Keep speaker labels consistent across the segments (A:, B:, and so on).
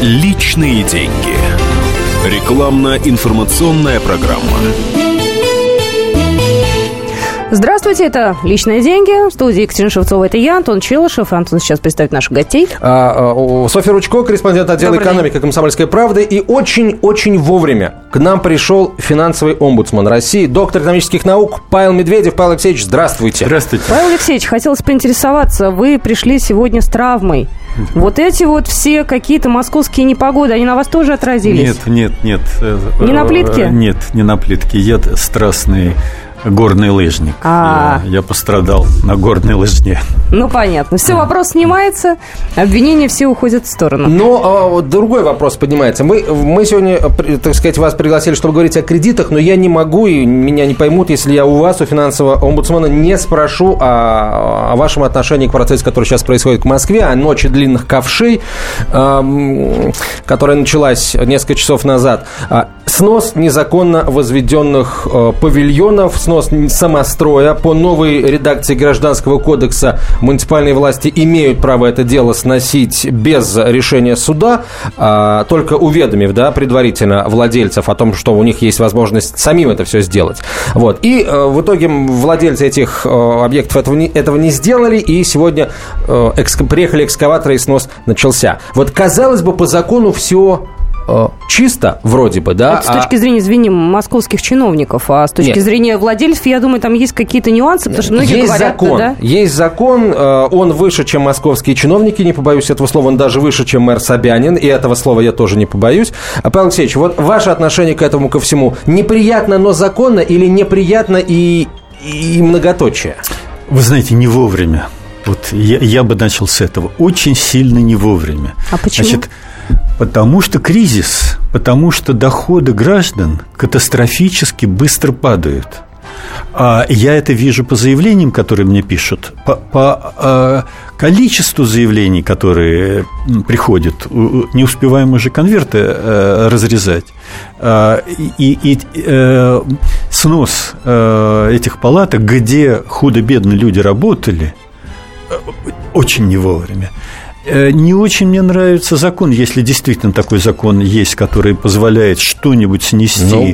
A: Личные деньги. Рекламно-информационная программа.
B: Здравствуйте, это «Личные деньги». В студии Екатерина Шевцова, это я, Антон Челышев. Антон сейчас представит наших гостей.
C: Софья Ручко, корреспондент отдела экономики «Комсомольской правды». И очень-очень вовремя к нам пришел финансовый омбудсман России, доктор экономических наук Павел Медведев. Павел Алексеевич, здравствуйте.
D: Здравствуйте.
B: Павел Алексеевич, хотелось поинтересоваться. Вы пришли сегодня с травмой. Вот эти вот все какие-то московские непогоды, они на вас тоже отразились?
D: Нет.
B: Не на плитке?
D: Нет, не на плитке. Я страстный горный лыжник. Я пострадал на горной лыжне.
B: Ну, понятно. Все, вопрос снимается, обвинения все уходят в сторону.
C: Но другой вопрос поднимается. Мы сегодня, так сказать, вас пригласили, чтобы говорить о кредитах, но я не могу, и меня не поймут, если я у вас, у финансового омбудсмена, не спрошу о вашем отношении к процессу, который сейчас происходит в Москве, о ночи длинных ковшей, которая началась несколько часов назад. Снос незаконно возведенных павильонов, снос самостроя. По новой редакции Гражданского кодекса муниципальные власти имеют право это дело сносить без решения суда, только уведомив, предварительно владельцев о том, что у них есть возможность самим это все сделать. Вот. И в итоге владельцы этих объектов этого не сделали, и сегодня приехали экскаваторы, и снос начался. Вот, казалось бы, по закону все чисто, вроде бы, да?
B: Это с точки зрения, извини, московских чиновников, а с точки зрения владельцев, я думаю, там есть какие-то нюансы, потому что многие говорят...
C: Есть закон, он выше, чем московские чиновники, не побоюсь этого слова, он даже выше, чем мэр Собянин, и этого слова я тоже не побоюсь. Павел Алексеевич, вот ваше отношение к этому ко всему, неприятно, но законно, или неприятно и многоточие?
D: Вы знаете, не вовремя. Вот я бы начал с этого. Очень сильно не вовремя.
B: А почему?
D: Значит, потому что кризис, потому что доходы граждан катастрофически быстро падают. А я это вижу по заявлениям, которые мне пишут, по количеству заявлений, которые приходят, не успеваем уже конверты разрезать, и снос этих палаток, где худо-бедно люди работали, очень не вовремя. Не очень мне нравится закон, если действительно такой закон есть, который позволяет что-нибудь снести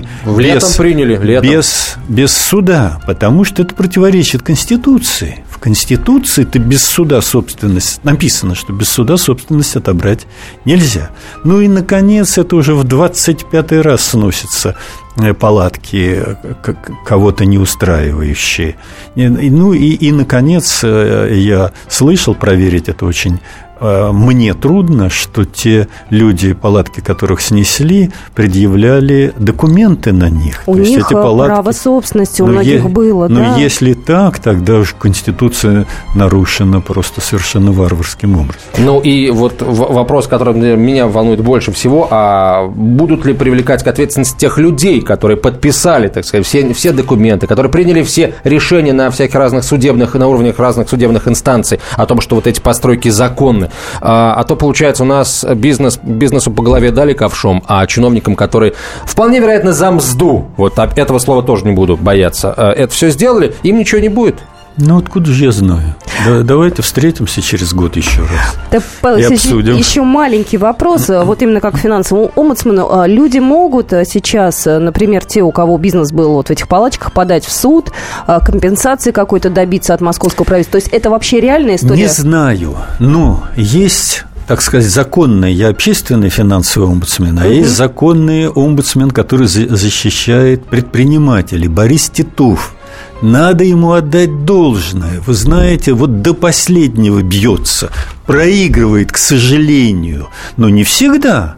D: без суда, потому что это противоречит Конституции. В Конституции ты без суда собственность, написано, что без суда собственность отобрать нельзя. Ну и, наконец, это уже в 25-й раз сносятся палатки, кого-то не устраивающие. Ну и, наконец, я слышал, проверить это очень мне трудно, что те люди, палатки которых снесли, предъявляли документы на них.
B: У них эти палатки... право собственности у многих было,
D: но если так, тогда уж Конституция нарушена просто совершенно варварским образом.
C: Ну и вот вопрос, который меня волнует больше всего, а будут ли привлекать к ответственности тех людей, которые подписали, так сказать, все документы, которые приняли все решения на всяких разных судебных, на уровнях разных судебных инстанций о том, что вот эти постройки законны. А то, получается, у нас бизнесу по голове дали ковшом, а чиновникам, которые вполне вероятно за мзду, вот этого слова тоже не буду бояться, это все сделали, им ничего не будет.
D: Ну, откуда же я знаю? Давайте встретимся через год еще раз и обсудим.
B: Еще маленький вопрос, вот именно как финансовому омбудсмену. Люди могут сейчас, например, те, у кого бизнес был вот в этих палаточках, подать в суд, компенсации какой-то добиться от московского правительства? То есть это вообще реальная история?
D: Не знаю, но есть... так сказать, законный, я общественный финансовый омбудсмен, а есть законный омбудсмен, который защищает предпринимателей, Борис Титов. Надо ему отдать должное. Вы знаете, вот до последнего бьется, проигрывает, к сожалению, но не всегда.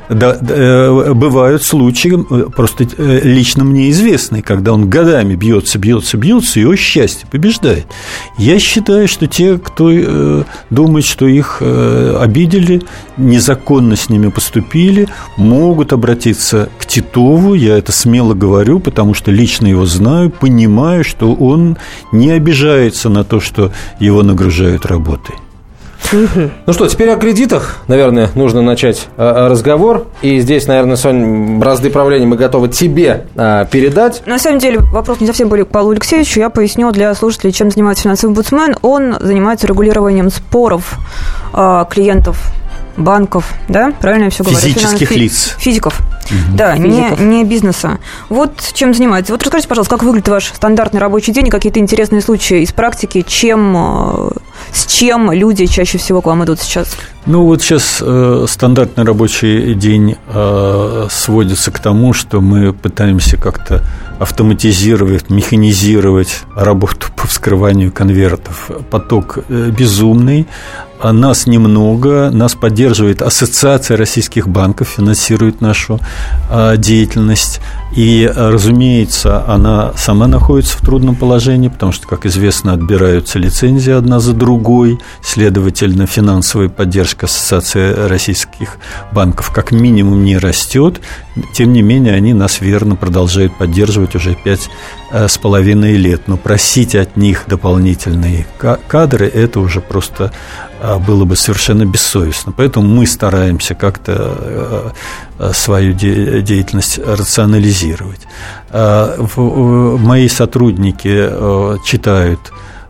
D: Бывают случаи, просто лично мне известные, когда он годами бьется, и, о счастье, побеждает. Я считаю, что те, кто думает, что их обидели, незаконно с ними поступили, могут обратиться к Титову. Я это смело говорю, потому что лично его знаю, понимаю, что он не обижается на то, что его нагружают работой.
C: Ну что, теперь о кредитах, наверное, нужно начать разговор. И здесь, наверное, Сонь, бразды правления мы готовы тебе передать.
E: На самом деле, вопрос не совсем был к Павлу Алексеевичу. Я поясню для слушателей, чем занимается финансовый омбудсмен. Он занимается регулированием споров клиентов банков, да? Правильно я все говорю?
D: Физических лиц.
E: Физиков. Да, не бизнеса. Вот чем занимается. Вот расскажите, пожалуйста, как выглядит ваш стандартный рабочий день и какие-то интересные случаи из практики, с чем люди чаще всего к вам идут сейчас?
D: Ну, вот сейчас стандартный рабочий день сводится к тому, что мы пытаемся как-то автоматизировать, механизировать работу по вскрыванию конвертов. Поток безумный. Нас немного, нас поддерживает Ассоциация российских банков, финансирует нашу деятельность. И, разумеется, она сама находится в трудном положении, потому что, как известно, отбираются лицензии одна за другой. Следовательно, финансовая поддержка Ассоциации российских банков как минимум не растет. Тем не менее, они нас верно продолжают поддерживать уже 5,5 лет. Но просить от них дополнительные кадры – это уже просто было бы совершенно бессовестно. Поэтому мы стараемся как-то свою деятельность рационализировать. Мои сотрудники читают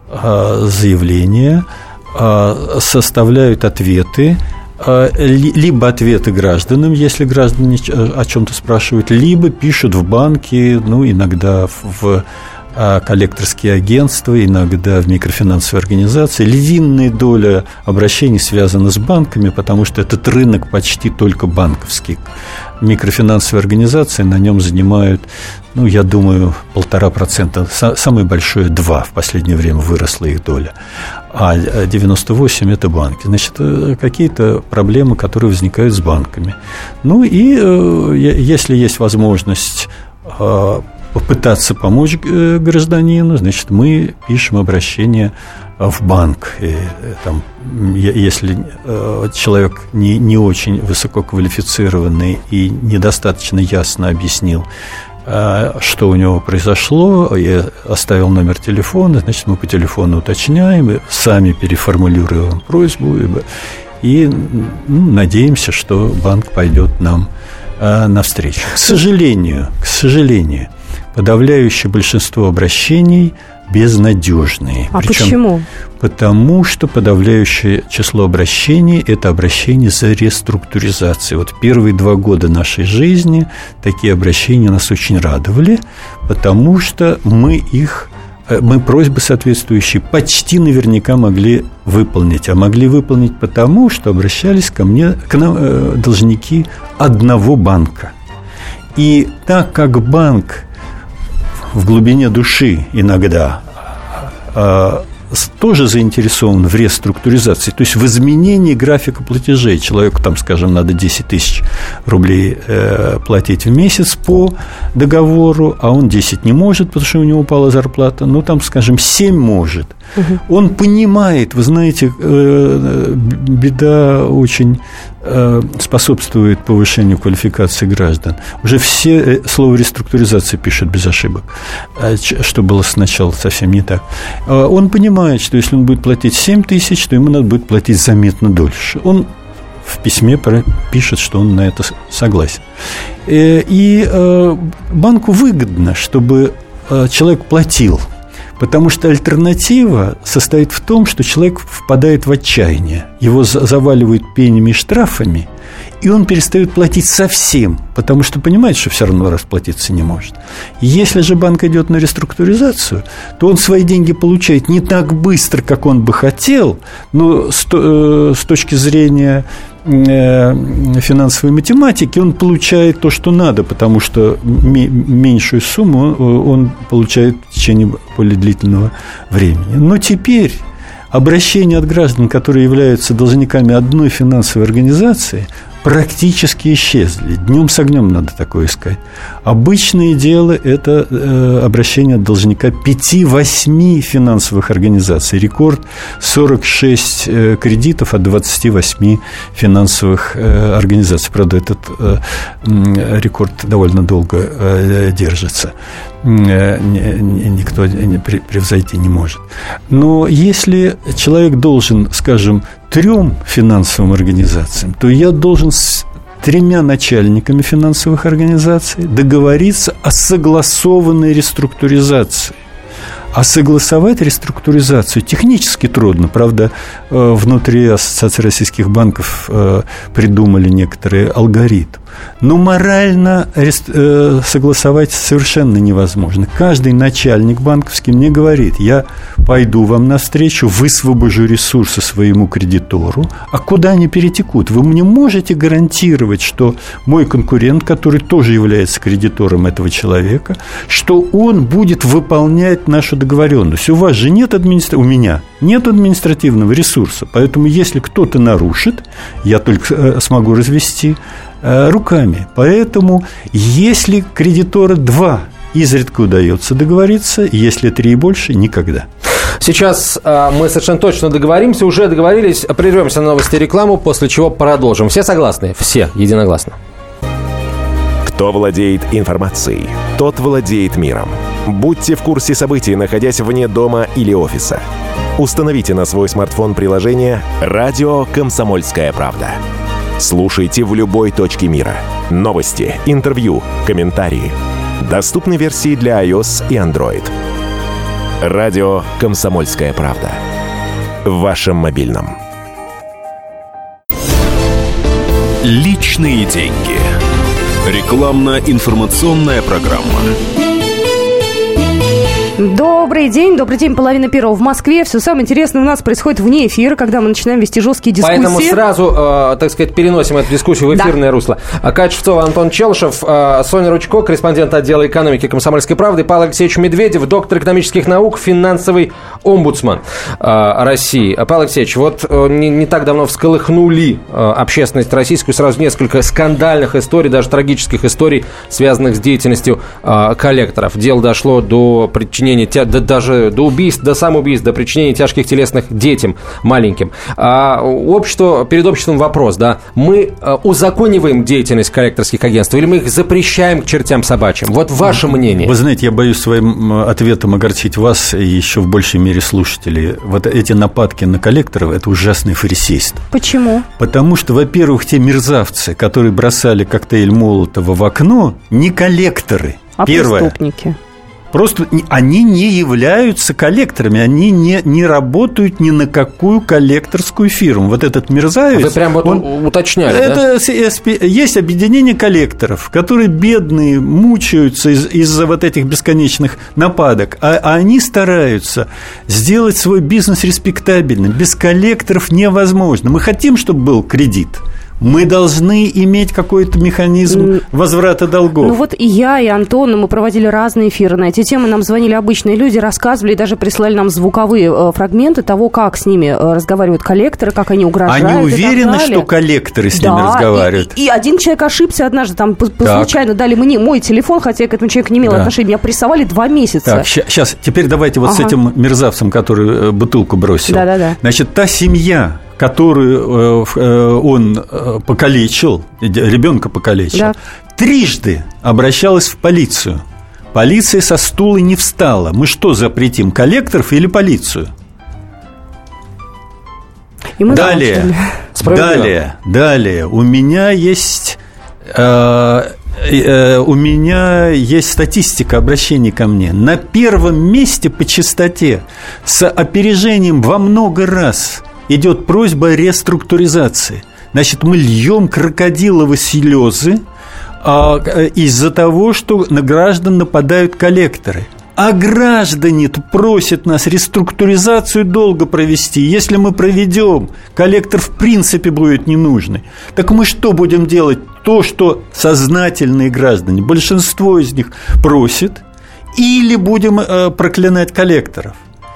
D: заявления, составляют ответы, либо ответы гражданам, если граждане о чем-то спрашивают, либо пишут в банки, ну, иногда в коллекторские агентства, иногда в микрофинансовые организации. Львиная доля обращений связана с банками, потому что этот рынок почти только банковский. Микрофинансовые организации на нем занимают, ну, я думаю, 1,5%. Самое большое 2%. В последнее время выросла их доля. А 98% – это банки. Значит, какие-то проблемы, которые возникают с банками. Ну, и если есть возможность попытаться помочь гражданину, значит, мы пишем обращение в банк. И, там, если человек не очень высококвалифицированный и недостаточно ясно объяснил, что у него произошло, и оставил номер телефона, значит, мы по телефону уточняем, и сами переформулируем просьбу и надеемся, что банк пойдет нам навстречу. К сожалению, подавляющее большинство обращений безнадежные.
B: А почему?
D: Потому что подавляющее число обращений – это обращения за реструктуризацией. Вот первые 2 года нашей жизни такие обращения нас очень радовали, потому что мы просьбы соответствующие почти наверняка могли выполнить. А могли выполнить потому, что обращались к нам должники одного банка. И так как банк в глубине души иногда тоже заинтересован в реструктуризации, то есть в изменении графика платежей. Человеку, там, скажем, надо 10 тысяч рублей платить в месяц по договору, а он 10 не может, потому что у него упала зарплата, ну, там, скажем, 7 может. Он понимает, вы знаете, беда очень способствует повышению квалификации граждан. Уже все слово реструктуризация пишут без ошибок, что было сначала совсем не так. Он понимает, что если он будет платить 7 тысяч, то ему надо будет платить заметно дольше. Он в письме пишет, что он на это согласен. И банку выгодно, чтобы человек платил, потому что альтернатива состоит в том, что человек впадает в отчаяние. Его заваливают пенями и штрафами, и он перестает платить совсем, потому что понимает, что все равно расплатиться не может. Если же банк идет на реструктуризацию, то он свои деньги получает не так быстро, как он бы хотел, но с точки зрения финансовой математики он получает то, что надо, потому что меньшую сумму он получает в течение более длительного времени. Но теперь обращения от граждан, которые являются должниками одной финансовой организации, практически исчезли. Днем с огнем надо такое искать. Обычное дело – это обращение от должника 5-8 финансовых организаций. Рекорд – 46 кредитов от 28 финансовых организаций. Правда, этот рекорд довольно долго держится. Никто превзойти не может. Но если человек должен, скажем, 3 финансовым организациям, то я должен с 3 начальниками финансовых организаций договориться о согласованной реструктуризации. А согласовать реструктуризацию технически трудно. Правда, внутри Ассоциации российских банков придумали некоторые алгоритмы. Но морально согласовать совершенно невозможно. Каждый начальник банковский мне говорит: я пойду вам навстречу, высвобожу ресурсы своему кредитору, а куда они перетекут? Вы мне можете гарантировать, что мой конкурент, который тоже является кредитором этого человека, что он будет выполнять нашу договоренность? У вас же нет у меня нет административного ресурса, поэтому если кто-то нарушит, я только смогу развести руками. Поэтому если кредитора 2 изредка удается договориться, если 3 и больше, никогда.
C: Сейчас мы совершенно точно договоримся, уже договорились, прервемся на новости и рекламу, после чего продолжим. Все согласны? Все единогласно.
A: Кто владеет информацией, тот владеет миром. Будьте в курсе событий, находясь вне дома или офиса. Установите на свой смартфон приложение «Радио Комсомольская правда». Слушайте в любой точке мира. Новости, интервью, комментарии. Доступны версии для iOS и Android. Радио «Комсомольская правда». В вашем мобильном.
F: Личные деньги. Рекламно-информационная программа.
B: Добрый день, 1:30 в Москве. Все самое интересное у нас происходит вне эфира, когда мы начинаем вести жесткие дискуссии.
C: Поэтому сразу, так сказать, переносим эту дискуссию в эфирное русло. Катя Шевцова, Антон Челышев, Соня Ручко, корреспондент отдела экономики «Комсомольской правды», Павел Алексеевич Медведев, доктор экономических наук, финансовый омбудсман России. Павел Алексеевич, вот не так давно всколыхнули общественность российскую сразу несколько скандальных историй, даже трагических историй, связанных с деятельностью коллекторов. Дело дошло до причинения, даже до убийств, до самоубийств, до причинения тяжких телесных детям маленьким. Перед обществом вопрос, да, мы узакониваем деятельность коллекторских агентств или мы их запрещаем к чертям собачьим? Вот ваше мнение.
D: Вы знаете, я боюсь своим ответом огорчить вас и еще в большей мере слушателей. Вот эти нападки на коллекторов – это ужасное фарисейство.
B: Почему?
D: Потому что, во-первых, те мерзавцы, которые бросали коктейль Молотова в окно, не коллекторы.
B: А преступники?
D: Просто они не являются коллекторами, они не работают ни на какую коллекторскую фирму. Вот этот мерзавец...
C: Вы прям уточняли,
D: да? Есть объединение коллекторов, которые бедные, мучаются из-за вот этих бесконечных нападок, а они стараются сделать свой бизнес респектабельным. Без коллекторов невозможно. Мы хотим, чтобы был кредит. Мы должны иметь какой-то механизм возврата долгов.
B: Ну вот и я, и Антон, мы проводили разные эфиры на эти темы. Нам звонили обычные люди, рассказывали, даже прислали нам звуковые фрагменты того, как с ними разговаривают коллекторы, как они угрожают.
D: Они уверены, что коллекторы с ними разговаривают?
B: И один человек ошибся однажды, там случайно дали мне мой телефон, хотя я к этому человеку не имела отношения. Меня прессовали 2 месяца. Так,
D: сейчас, теперь давайте вот с этим мерзавцем, который бутылку бросил.
B: Да.
D: Значит, та семья, которую он покалечил, ребенка покалечил, 3 обращалась в полицию. Полиция со стула не встала. Мы что, запретим, коллекторов или полицию? Далее. У меня есть статистика обращений ко мне. На первом месте по частоте с опережением во много раз идет просьба о реструктуризации. Значит, мы льем крокодиловые слезы из-за того, что на граждан нападают коллекторы. А граждане просят нас реструктуризацию долго провести. Если мы проведем, коллектор в принципе будет ненужный. Так мы что будем делать? То, что сознательные граждане, большинство из них просит, или будем проклинать коллекторов?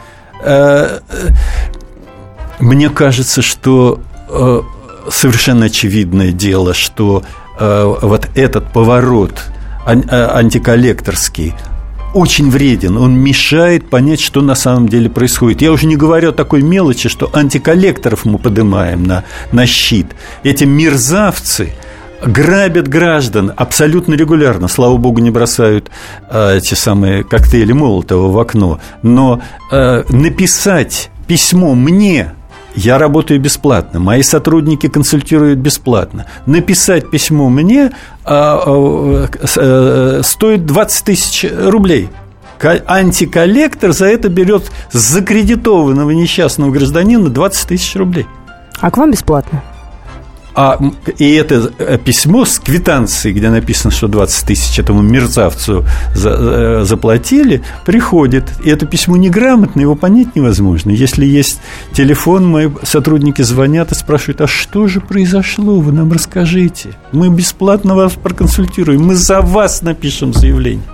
D: Мне кажется, что совершенно очевидное дело, что вот этот поворот антиколлекторский очень вреден, он мешает понять, что на самом деле происходит. Я уже не говорю о такой мелочи, что антиколлекторов мы поднимаем на щит. Эти мерзавцы грабят граждан абсолютно регулярно. Слава богу, не бросают те самые коктейли Молотова в окно. Но написать письмо мне... Я работаю бесплатно, мои сотрудники консультируют бесплатно. Написать письмо мне стоит 20 000 рублей антиколлектор за это берет с закредитованного несчастного гражданина 20 тысяч рублей.
B: А к вам бесплатно?
D: И это письмо с квитанцией, где написано, что 20 тысяч этому мерзавцу заплатили, приходит. И это письмо неграмотно, его понять невозможно. Если есть телефон, мои сотрудники звонят и спрашивают: а что же произошло, вы нам расскажите. Мы бесплатно вас проконсультируем, мы за вас напишем заявление.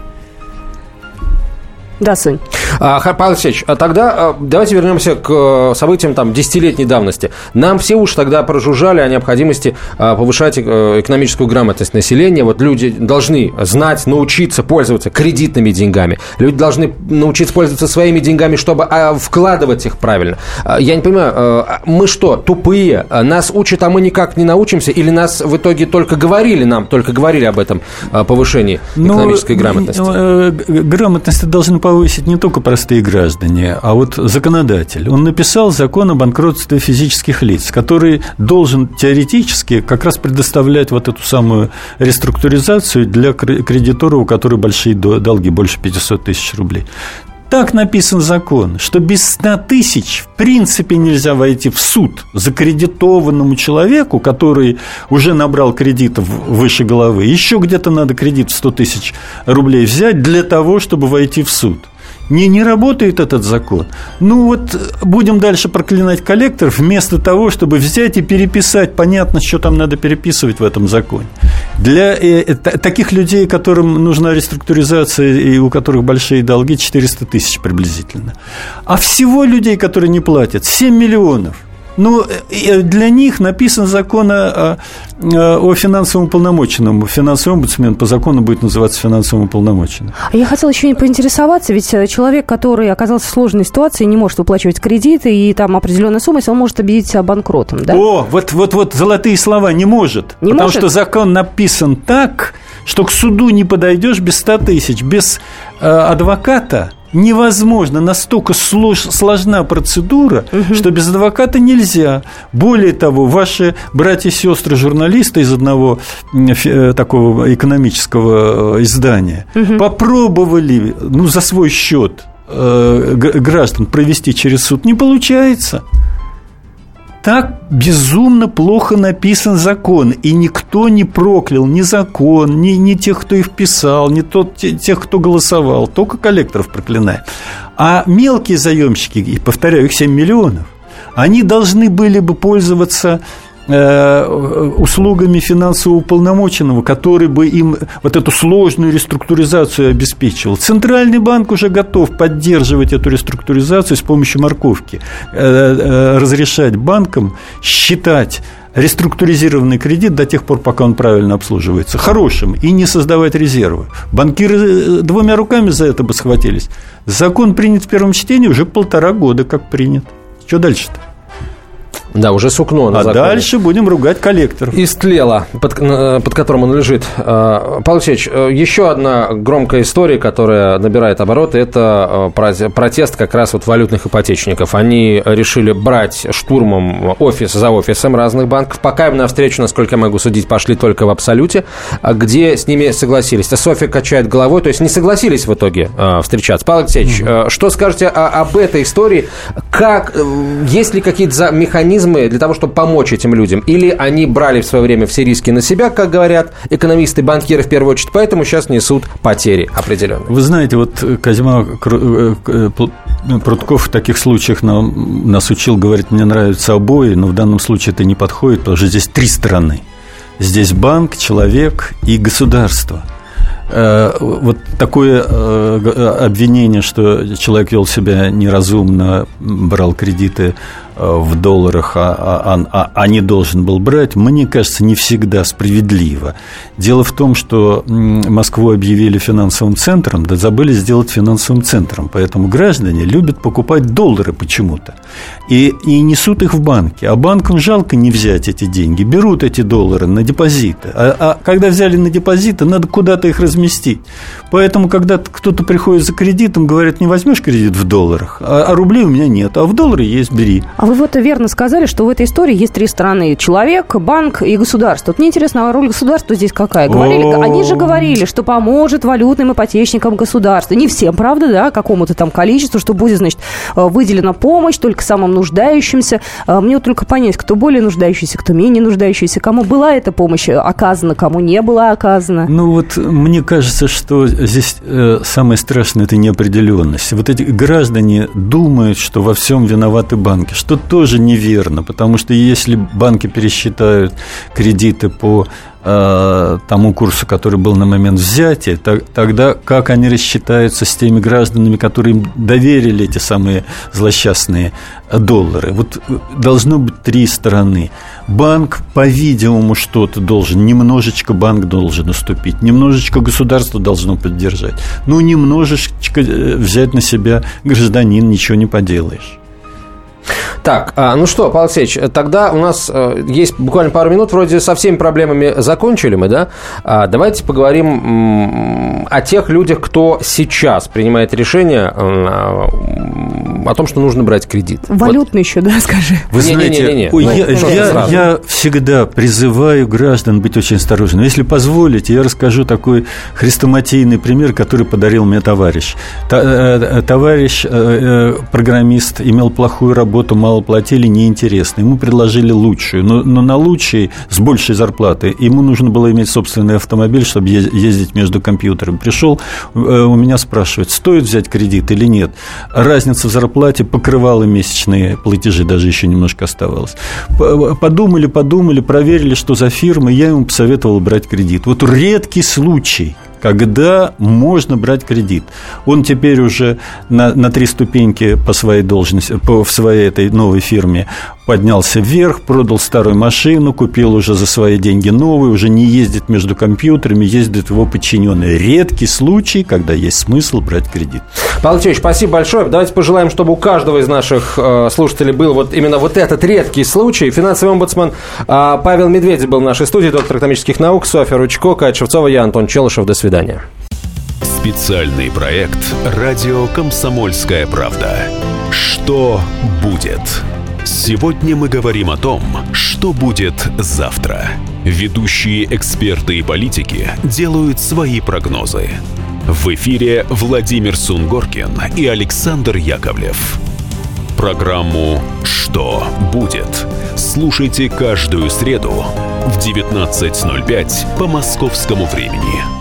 B: Да, Сонь.
C: Павел Алексеевич, тогда давайте вернемся к событиям там, десятилетней давности. Нам все уж тогда прожужжали о необходимости повышать экономическую грамотность населения. Вот люди должны знать, научиться пользоваться кредитными деньгами. Люди должны научиться пользоваться своими деньгами, чтобы вкладывать их правильно. Я не понимаю, мы что, тупые? Нас учат, а мы никак не научимся? Или нас в итоге только говорили об этом повышении экономической грамотности?
D: Грамотность должны повысить не только простые граждане, а вот законодатель. Он написал закон о банкротстве физических лиц, который должен теоретически как раз предоставлять вот эту самую реструктуризацию для кредиторов, у которых большие долги, больше 500 тысяч рублей. Так написан закон, что без 100 тысяч в принципе нельзя войти в суд закредитованному человеку, который уже набрал кредитов выше головы. Еще где-то надо кредит в 100 тысяч рублей взять для того, чтобы войти в суд. Не работает этот закон. Ну вот будем дальше проклинать коллекторов вместо того, чтобы взять и переписать. Понятно, что там надо переписывать в этом законе. Для таких людей, которым нужна реструктуризация и у которых большие долги, 400 тысяч приблизительно. А всего людей, которые не платят, 7 миллионов. Ну, для них написан закон о финансовом уполномоченном. Финансовый омбудсмен по закону будет называться финансовым уполномоченным.
B: Я хотела еще поинтересоваться, ведь человек, который оказался в сложной ситуации, не может выплачивать кредиты, и там определенная сумма, он может объявить себя банкротом, да?
D: Вот золотые слова: не может. Потому что закон написан так, что к суду не подойдешь без 100 тысяч, без адвоката. Невозможно, настолько сложна процедура, что без адвоката нельзя. Более того, ваши братья и сестры журналисты из одного такого экономического издания попробовали за свой счет граждан провести через суд. Не получается. Так безумно плохо написан закон, и никто не проклял ни закон, ни тех, кто их писал, ни тех, кто голосовал, только коллекторов проклинает. А мелкие заемщики, и повторяю, их 7 миллионов, они должны были бы пользоваться услугами финансового уполномоченного, который бы им вот эту сложную реструктуризацию обеспечивал. Центральный банк уже готов поддерживать эту реструктуризацию с помощью морковки, разрешать банкам считать реструктуризированный кредит до тех пор, пока он правильно обслуживается, хорошим, и не создавать резервы. Банкиры двумя руками за это бы схватились. Закон принят в первом чтении уже 1,5 года, как принят. Что дальше-то?
C: Да, уже сукно на законе.
D: Дальше будем ругать коллекторов.
C: Истлело, под которым он лежит. Павел Алексеевич, еще одна громкая история, которая набирает обороты, это протест как раз вот валютных ипотечников. Они решили брать штурмом офис за офисом разных банков. Пока им навстречу, насколько я могу судить, пошли только в Абсолюте, где с ними согласились. Софья качает головой, то есть не согласились в итоге встречаться. Павел Алексеевич, что скажете об этой истории? Есть ли какие-то механизмы для того, чтобы помочь этим людям? Или они брали в свое время все риски на себя, как говорят экономисты, банкиры в первую очередь, поэтому сейчас несут потери определенные?
D: Вы знаете, вот Козьма Прутков в таких случаях нас учил, говорит, мне нравятся обои, но в данном случае это не подходит, потому что здесь 3 стороны. Здесь банк, человек и государство. Вот такое обвинение, что человек вел себя неразумно, брал кредиты в долларах, а не должен был брать, мне кажется, не всегда справедливо. Дело в том, что Москву объявили финансовым центром, да забыли сделать финансовым центром, поэтому граждане любят покупать доллары почему-то и несут их в банки, а банкам жалко не взять эти деньги, берут эти доллары на депозиты, а когда взяли на депозиты, надо куда-то их разместить. Поэтому, когда кто-то приходит за кредитом, говорят, не возьмешь кредит в долларах, а рублей у меня нет, а в доллары есть, бери.
B: А Вы вот верно сказали, что в этой истории есть три стороны. Человек, банк и государство. Вот мне интересно, а роль государства здесь какая? Они же говорили, что поможет валютным ипотечникам государства. Не всем, правда, да, какому-то там количеству, что будет, значит, выделена помощь только самым нуждающимся. Мне вот только понять, кто более нуждающийся, кто менее нуждающийся, кому была эта помощь оказана, кому не была оказана.
D: Ну вот мне кажется, что здесь самое страшное – это неопределенность. Вот эти граждане думают, что во всем виноваты банки, что тоже неверно, потому что если банки пересчитают кредиты по тому курсу, который был на момент взятия, тогда как они рассчитаются с теми гражданами, которые им доверили эти самые злосчастные доллары? Вот должно быть три стороны. Банк, по-видимому, что-то должен, немножечко банк должен уступить, немножечко государство должно поддержать, ну, немножечко взять на себя гражданин, ничего не поделаешь.
C: Так, ну что, Павел Алексеевич, тогда у нас есть буквально пару минут, вроде со всеми проблемами закончили мы, да? Давайте поговорим о тех людях, кто сейчас принимает решение о том, что нужно брать кредит.
B: Валютный еще, да, скажи.
D: Вы знаете, я всегда призываю граждан быть очень осторожными. Если позволите, я расскажу такой хрестоматийный пример, который подарил мне товарищ. Товарищ, программист, имел плохую работу, мало платили, неинтересно. Ему предложили лучшую, но на лучшей с большей зарплатой ему нужно было иметь собственный автомобиль, чтобы ездить между компьютерами. Пришел, у меня спрашивает, стоит взять кредит или нет. Разница в зарплате покрывала месячные платежи, даже еще немножко оставалось. Подумали, проверили, что за фирма, я ему посоветовал брать кредит. Вот редкий случай, когда можно брать кредит. Он теперь уже на 3 ступеньки по своей должности, в своей этой новой фирме поднялся вверх, продал старую машину, купил уже за свои деньги новую, уже не ездит между компьютерами, ездит его подчиненные. Редкий случай, когда есть смысл брать кредит.
C: Павел Алексеевич, спасибо большое. Давайте пожелаем, чтобы у каждого из наших слушателей был вот именно вот этот редкий случай. Финансовый омбудсмен Павел Медведев был в нашей студии, доктор экономических наук, Софья Ручко, Катя Шевцова, я Антон Челышев. До свидания.
F: Специальный проект «Радио Комсомольская правда». Что будет? Сегодня мы говорим о том, что будет завтра. Ведущие эксперты и политики делают свои прогнозы. В эфире Владимир Сунгоркин и Александр Яковлев. Программу «Что будет?» слушайте каждую среду в 19:05 по московскому времени.